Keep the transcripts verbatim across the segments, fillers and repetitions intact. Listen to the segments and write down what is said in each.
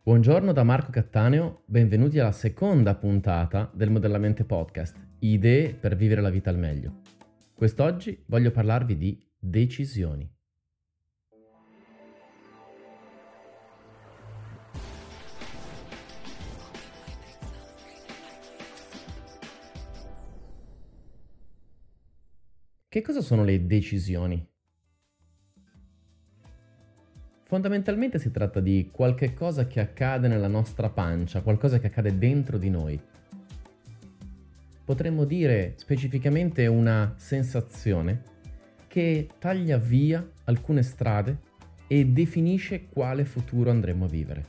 Buongiorno da Marco Cattaneo, benvenuti alla seconda puntata del Modellamente Podcast, idee per vivere la vita al meglio. Quest'oggi voglio parlarvi di decisioni. Che cosa sono le decisioni? Fondamentalmente si tratta di qualche cosa che accade nella nostra pancia, qualcosa che accade dentro di noi. Potremmo dire specificamente una sensazione che taglia via alcune strade e definisce quale futuro andremo a vivere.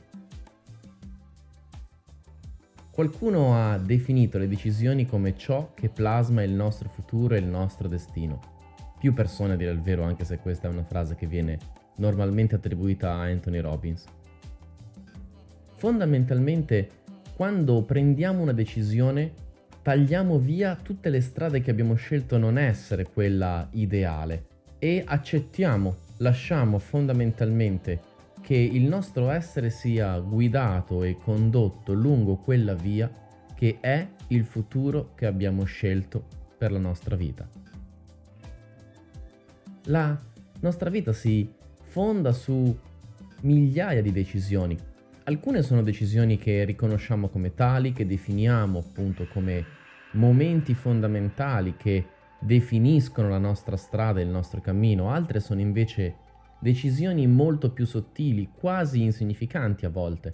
Qualcuno ha definito le decisioni come ciò che plasma il nostro futuro e il nostro destino. Più persone a dire il vero, anche se questa è una frase che viene normalmente attribuita a Anthony Robbins. Fondamentalmente, quando prendiamo una decisione, tagliamo via tutte le strade che abbiamo scelto non essere quella ideale e accettiamo, lasciamo fondamentalmente che il nostro essere sia guidato e condotto lungo quella via che è il futuro che abbiamo scelto per la nostra vita. La nostra vita si fonda su migliaia di decisioni. Alcune sono decisioni che riconosciamo come tali, che definiamo appunto come momenti fondamentali che definiscono la nostra strada e il nostro cammino. Altre sono invece decisioni molto più sottili, quasi insignificanti a volte.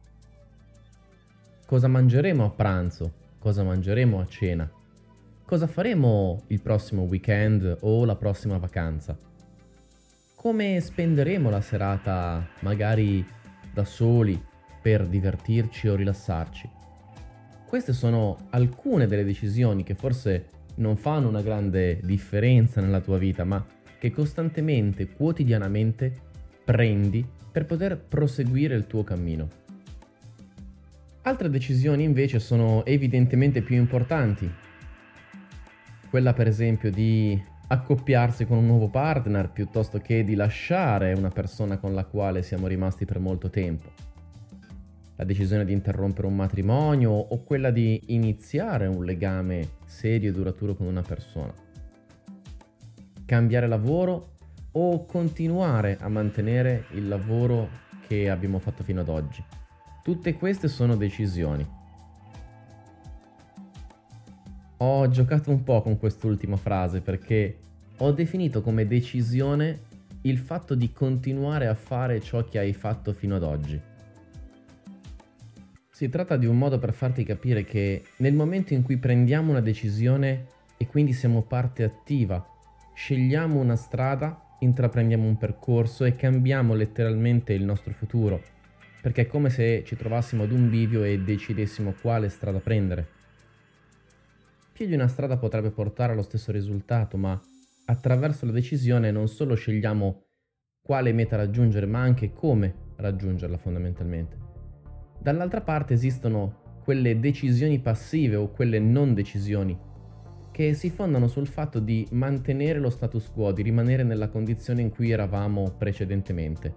Cosa mangeremo a pranzo? Cosa mangeremo a cena? Cosa faremo il prossimo weekend o la prossima vacanza? Come spenderemo la serata, magari da soli, per divertirci o rilassarci? Queste sono alcune delle decisioni che forse non fanno una grande differenza nella tua vita, ma che costantemente, quotidianamente, prendi per poter proseguire il tuo cammino. Altre decisioni invece sono evidentemente più importanti. Quella per esempio di accoppiarsi con un nuovo partner piuttosto che di lasciare una persona con la quale siamo rimasti per molto tempo. La decisione di interrompere un matrimonio o quella di iniziare un legame serio e duraturo con una persona. Cambiare lavoro o continuare a mantenere il lavoro che abbiamo fatto fino ad oggi. Tutte queste sono decisioni. Ho giocato un po' con quest'ultima frase perché ho definito come decisione il fatto di continuare a fare ciò che hai fatto fino ad oggi. Si tratta di un modo per farti capire che nel momento in cui prendiamo una decisione e quindi siamo parte attiva, scegliamo una strada, intraprendiamo un percorso e cambiamo letteralmente il nostro futuro, perché è come se ci trovassimo ad un bivio e decidessimo quale strada prendere. Più di una strada potrebbe portare allo stesso risultato, ma attraverso la decisione non solo scegliamo quale meta raggiungere, ma anche come raggiungerla fondamentalmente. Dall'altra parte esistono quelle decisioni passive o quelle non decisioni, che si fondano sul fatto di mantenere lo status quo, di rimanere nella condizione in cui eravamo precedentemente.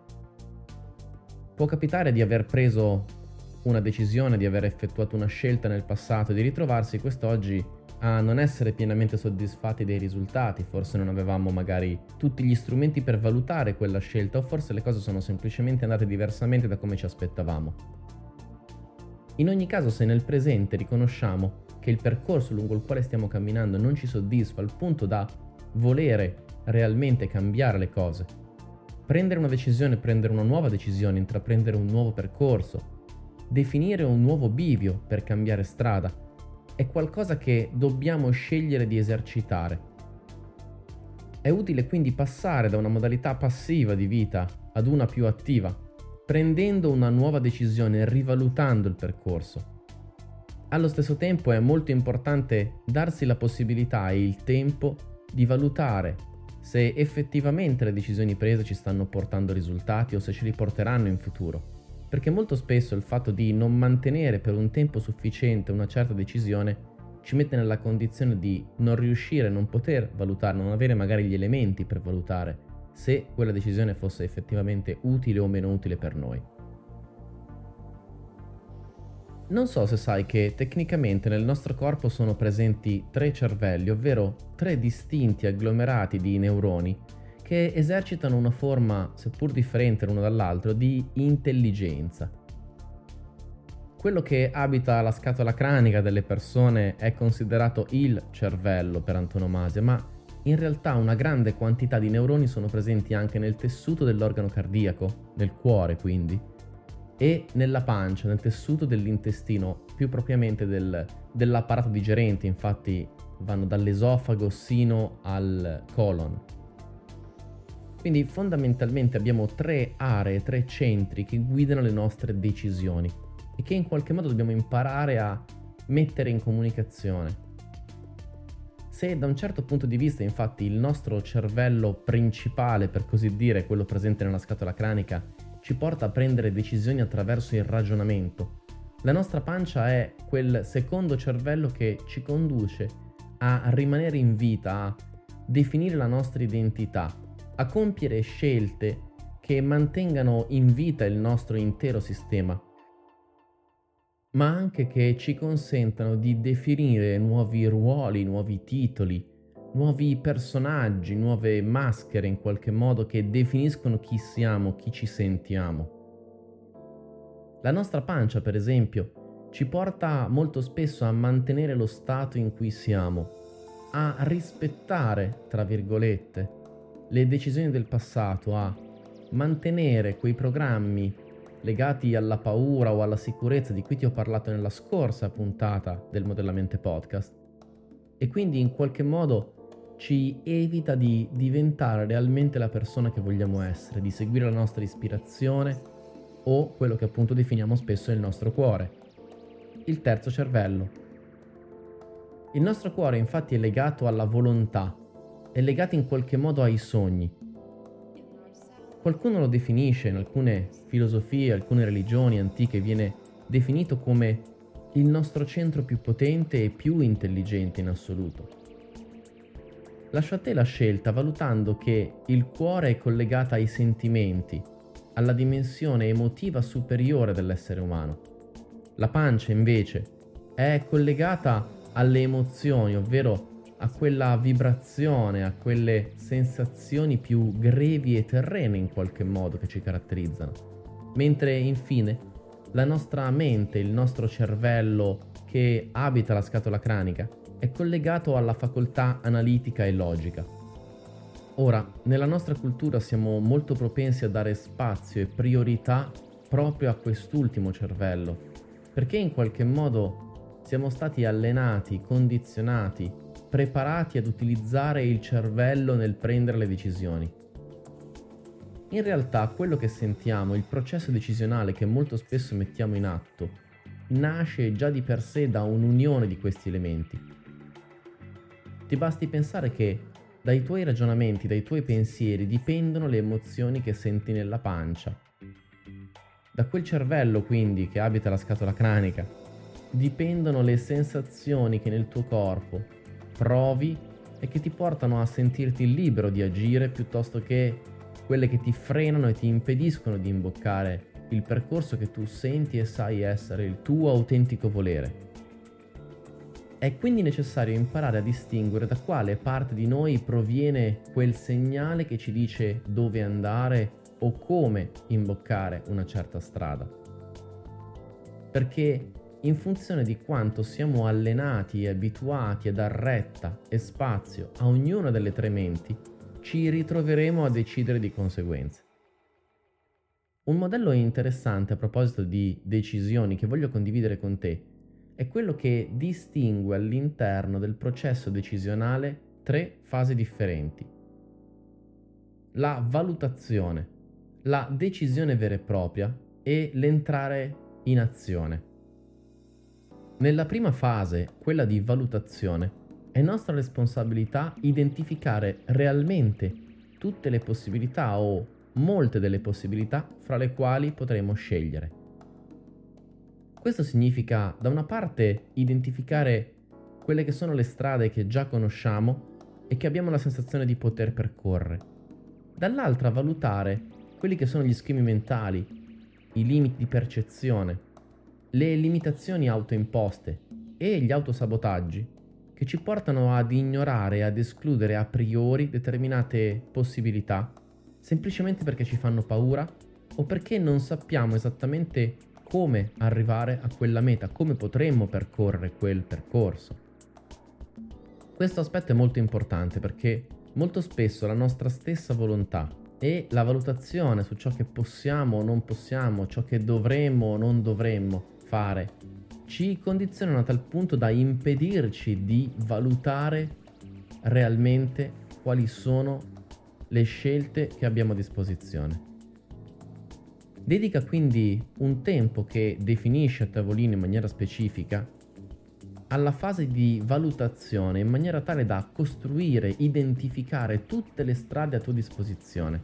Può capitare di aver preso una decisione, di aver effettuato una scelta nel passato e di ritrovarsi quest'oggi a non essere pienamente soddisfatti dei risultati, forse non avevamo magari tutti gli strumenti per valutare quella scelta o forse le cose sono semplicemente andate diversamente da come ci aspettavamo. In ogni caso, se nel presente riconosciamo che il percorso lungo il quale stiamo camminando non ci soddisfa al punto da volere realmente cambiare le cose, prendere una decisione, prendere una nuova decisione, intraprendere un nuovo percorso, definire un nuovo bivio per cambiare strada, è qualcosa che dobbiamo scegliere di esercitare. È utile quindi passare da una modalità passiva di vita ad una più attiva, prendendo una nuova decisione e rivalutando il percorso. Allo stesso tempo è molto importante darsi la possibilità e il tempo di valutare se effettivamente le decisioni prese ci stanno portando risultati o se ce li porteranno in futuro. Perché molto spesso il fatto di non mantenere per un tempo sufficiente una certa decisione ci mette nella condizione di non riuscire, non poter valutare, non avere magari gli elementi per valutare se quella decisione fosse effettivamente utile o meno utile per noi. Non so se sai che tecnicamente nel nostro corpo sono presenti tre cervelli, ovvero tre distinti agglomerati di neuroni che esercitano una forma, seppur differente l'uno dall'altro, di intelligenza. Quello che abita la scatola cranica delle persone è considerato il cervello per antonomasia, ma in realtà una grande quantità di neuroni sono presenti anche nel tessuto dell'organo cardiaco, nel cuore quindi, e nella pancia, nel tessuto dell'intestino, più propriamente del, dell'apparato digerente, infatti vanno dall'esofago sino al colon. Quindi fondamentalmente abbiamo tre aree, tre centri che guidano le nostre decisioni e che in qualche modo dobbiamo imparare a mettere in comunicazione. Se da un certo punto di vista infatti il nostro cervello principale, per così dire, quello presente nella scatola cranica, ci porta a prendere decisioni attraverso il ragionamento, la nostra pancia è quel secondo cervello che ci conduce a rimanere in vita, a definire la nostra identità, a compiere scelte che mantengano in vita il nostro intero sistema, ma anche che ci consentano di definire nuovi ruoli, nuovi titoli, nuovi personaggi, nuove maschere in qualche modo che definiscono chi siamo, chi ci sentiamo. La nostra pancia, per esempio, ci porta molto spesso a mantenere lo stato in cui siamo, a rispettare, tra virgolette, le decisioni del passato, a mantenere quei programmi legati alla paura o alla sicurezza di cui ti ho parlato nella scorsa puntata del Modellamente Podcast, e quindi in qualche modo ci evita di diventare realmente la persona che vogliamo essere, di seguire la nostra ispirazione o quello che appunto definiamo spesso il nostro cuore, il terzo cervello. Il nostro cuore infatti è legato alla volontà, è legato in qualche modo ai sogni. Qualcuno lo definisce, in alcune filosofie, alcune religioni antiche, viene definito come il nostro centro più potente e più intelligente in assoluto. Lascio a te la scelta, valutando che il cuore è collegato ai sentimenti, alla dimensione emotiva superiore dell'essere umano. La pancia, invece, è collegata alle emozioni, ovvero a quella vibrazione, a quelle sensazioni più grevi e terrene in qualche modo che ci caratterizzano. Mentre, infine, la nostra mente, il nostro cervello che abita la scatola cranica, è collegato alla facoltà analitica e logica. Ora, nella nostra cultura siamo molto propensi a dare spazio e priorità proprio a quest'ultimo cervello, perché in qualche modo siamo stati allenati, condizionati, preparati ad utilizzare il cervello nel prendere le decisioni. In realtà quello che sentiamo, il processo decisionale che molto spesso mettiamo in atto, nasce già di per sé da un'unione di questi elementi. Ti basti pensare che dai tuoi ragionamenti, dai tuoi pensieri dipendono le emozioni che senti nella pancia. Da quel cervello quindi che abita la scatola cranica dipendono le sensazioni che nel tuo corpo provi e che ti portano a sentirti libero di agire piuttosto che quelle che ti frenano e ti impediscono di imboccare il percorso che tu senti e sai essere il tuo autentico volere. È quindi necessario imparare a distinguere da quale parte di noi proviene quel segnale che ci dice dove andare o come imboccare una certa strada. Perché in funzione di quanto siamo allenati e abituati a dar retta e spazio a ognuna delle tre menti, ci ritroveremo a decidere di conseguenza. Un modello interessante a proposito di decisioni che voglio condividere con te è quello che distingue all'interno del processo decisionale tre fasi differenti. La valutazione, la decisione vera e propria e l'entrare in azione. Nella prima fase, quella di valutazione, è nostra responsabilità identificare realmente tutte le possibilità o molte delle possibilità fra le quali potremo scegliere. Questo significa, da una parte, identificare quelle che sono le strade che già conosciamo e che abbiamo la sensazione di poter percorrere. Dall'altra, valutare quelli che sono gli schemi mentali, i limiti di percezione le limitazioni autoimposte e gli autosabotaggi che ci portano ad ignorare e ad escludere a priori determinate possibilità semplicemente perché ci fanno paura o perché non sappiamo esattamente come arrivare a quella meta, come potremmo percorrere quel percorso. Questo aspetto è molto importante perché molto spesso la nostra stessa volontà e la valutazione su ciò che possiamo o non possiamo, ciò che dovremmo o non dovremmo fare, ci condizionano a tal punto da impedirci di valutare realmente quali sono le scelte che abbiamo a disposizione. Dedica quindi un tempo che definisci a tavolino in maniera specifica alla fase di valutazione in maniera tale da costruire, identificare tutte le strade a tua disposizione.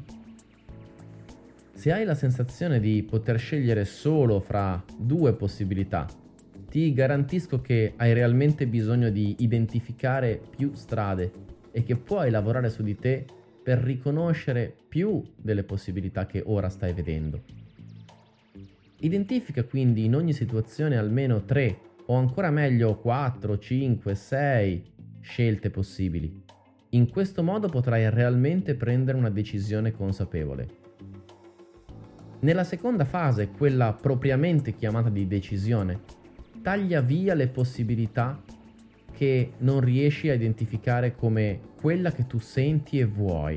Se hai la sensazione di poter scegliere solo fra due possibilità, ti garantisco che hai realmente bisogno di identificare più strade e che puoi lavorare su di te per riconoscere più delle possibilità che ora stai vedendo. Identifica quindi in ogni situazione almeno tre o ancora meglio quattro, cinque, sei scelte possibili. In questo modo potrai realmente prendere una decisione consapevole. Nella seconda fase, quella propriamente chiamata di decisione, taglia via le possibilità che non riesci a identificare come quella che tu senti e vuoi.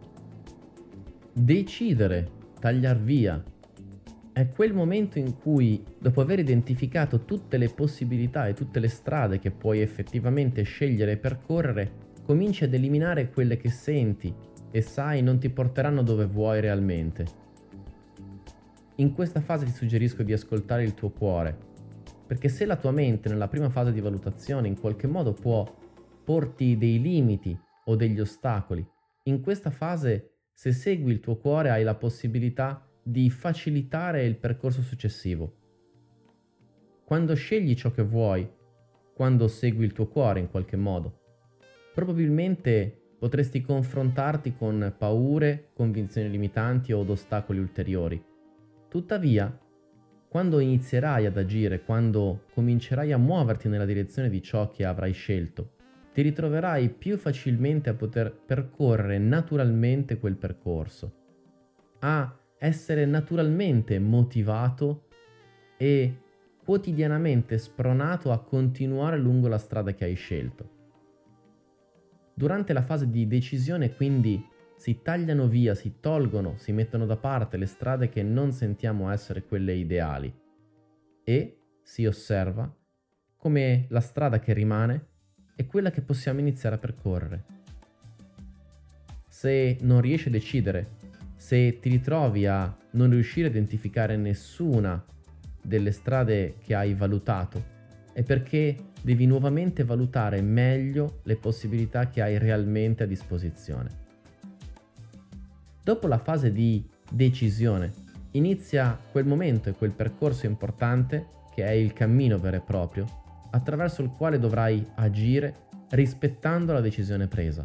Decidere, tagliar via, è quel momento in cui, dopo aver identificato tutte le possibilità e tutte le strade che puoi effettivamente scegliere e percorrere, cominci ad eliminare quelle che senti e sai non ti porteranno dove vuoi realmente. In questa fase ti suggerisco di ascoltare il tuo cuore, perché se la tua mente nella prima fase di valutazione in qualche modo può porti dei limiti o degli ostacoli, in questa fase, se segui il tuo cuore, hai la possibilità di facilitare il percorso successivo. Quando scegli ciò che vuoi, quando segui il tuo cuore in qualche modo, probabilmente potresti confrontarti con paure, convinzioni limitanti o ostacoli ulteriori. Tuttavia, quando inizierai ad agire, quando comincerai a muoverti nella direzione di ciò che avrai scelto, ti ritroverai più facilmente a poter percorrere naturalmente quel percorso, a essere naturalmente motivato e quotidianamente spronato a continuare lungo la strada che hai scelto. Durante la fase di decisione, quindi, si tagliano via, si tolgono, si mettono da parte le strade che non sentiamo essere quelle ideali e si osserva come la strada che rimane è quella che possiamo iniziare a percorrere. Se non riesci a decidere, se ti ritrovi a non riuscire a identificare nessuna delle strade che hai valutato, è perché devi nuovamente valutare meglio le possibilità che hai realmente a disposizione. Dopo la fase di decisione, inizia quel momento e quel percorso importante che è il cammino vero e proprio, attraverso il quale dovrai agire rispettando la decisione presa.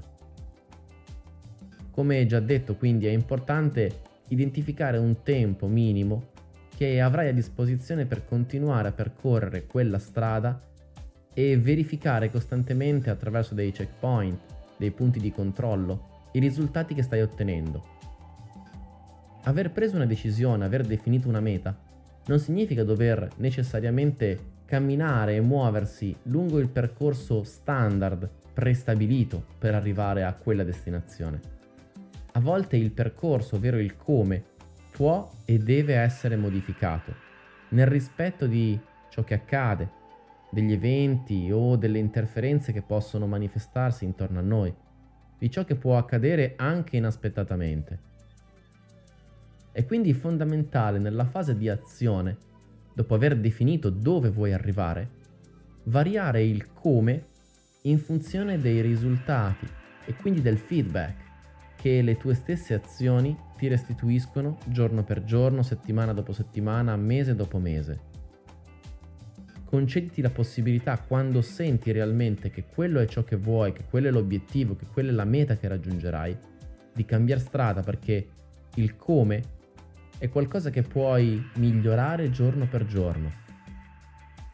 Come già detto, quindi, è importante identificare un tempo minimo che avrai a disposizione per continuare a percorrere quella strada e verificare costantemente attraverso dei checkpoint, dei punti di controllo, i risultati che stai ottenendo. Aver preso una decisione, aver definito una meta, non significa dover necessariamente camminare e muoversi lungo il percorso standard prestabilito per arrivare a quella destinazione. A volte il percorso, ovvero il come, può e deve essere modificato, nel rispetto di ciò che accade, degli eventi o delle interferenze che possono manifestarsi intorno a noi, di ciò che può accadere anche inaspettatamente. È quindi fondamentale nella fase di azione, dopo aver definito dove vuoi arrivare, variare il come in funzione dei risultati e quindi del feedback che le tue stesse azioni ti restituiscono giorno per giorno, settimana dopo settimana, mese dopo mese. Concediti la possibilità, quando senti realmente che quello è ciò che vuoi, che quello è l'obiettivo, che quella è la meta che raggiungerai, di cambiare strada, perché il come è qualcosa che puoi migliorare giorno per giorno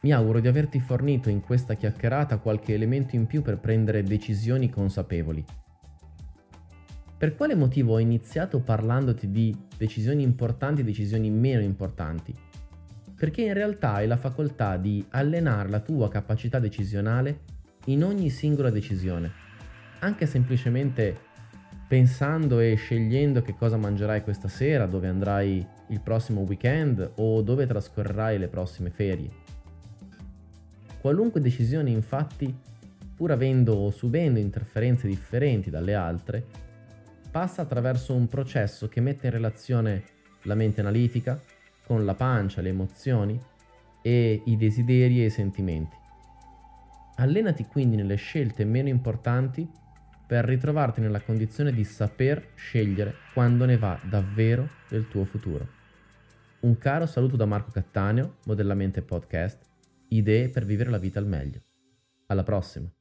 Mi auguro di averti fornito in questa chiacchierata qualche elemento in più per prendere decisioni consapevoli. Per quale motivo ho iniziato parlandoti di decisioni importanti e decisioni meno importanti? Perché in realtà hai la facoltà di allenare la tua capacità decisionale in ogni singola decisione, anche semplicemente pensando e scegliendo che cosa mangerai questa sera, dove andrai il prossimo weekend o dove trascorrerai le prossime ferie. Qualunque decisione, infatti, pur avendo o subendo interferenze differenti dalle altre, passa attraverso un processo che mette in relazione la mente analitica con la pancia, le emozioni e i desideri e i sentimenti. Allenati quindi nelle scelte meno importanti per ritrovarti nella condizione di saper scegliere quando ne va davvero del tuo futuro. Un caro saluto da Marco Cattaneo, Modellamente Podcast, idee per vivere la vita al meglio. Alla prossima!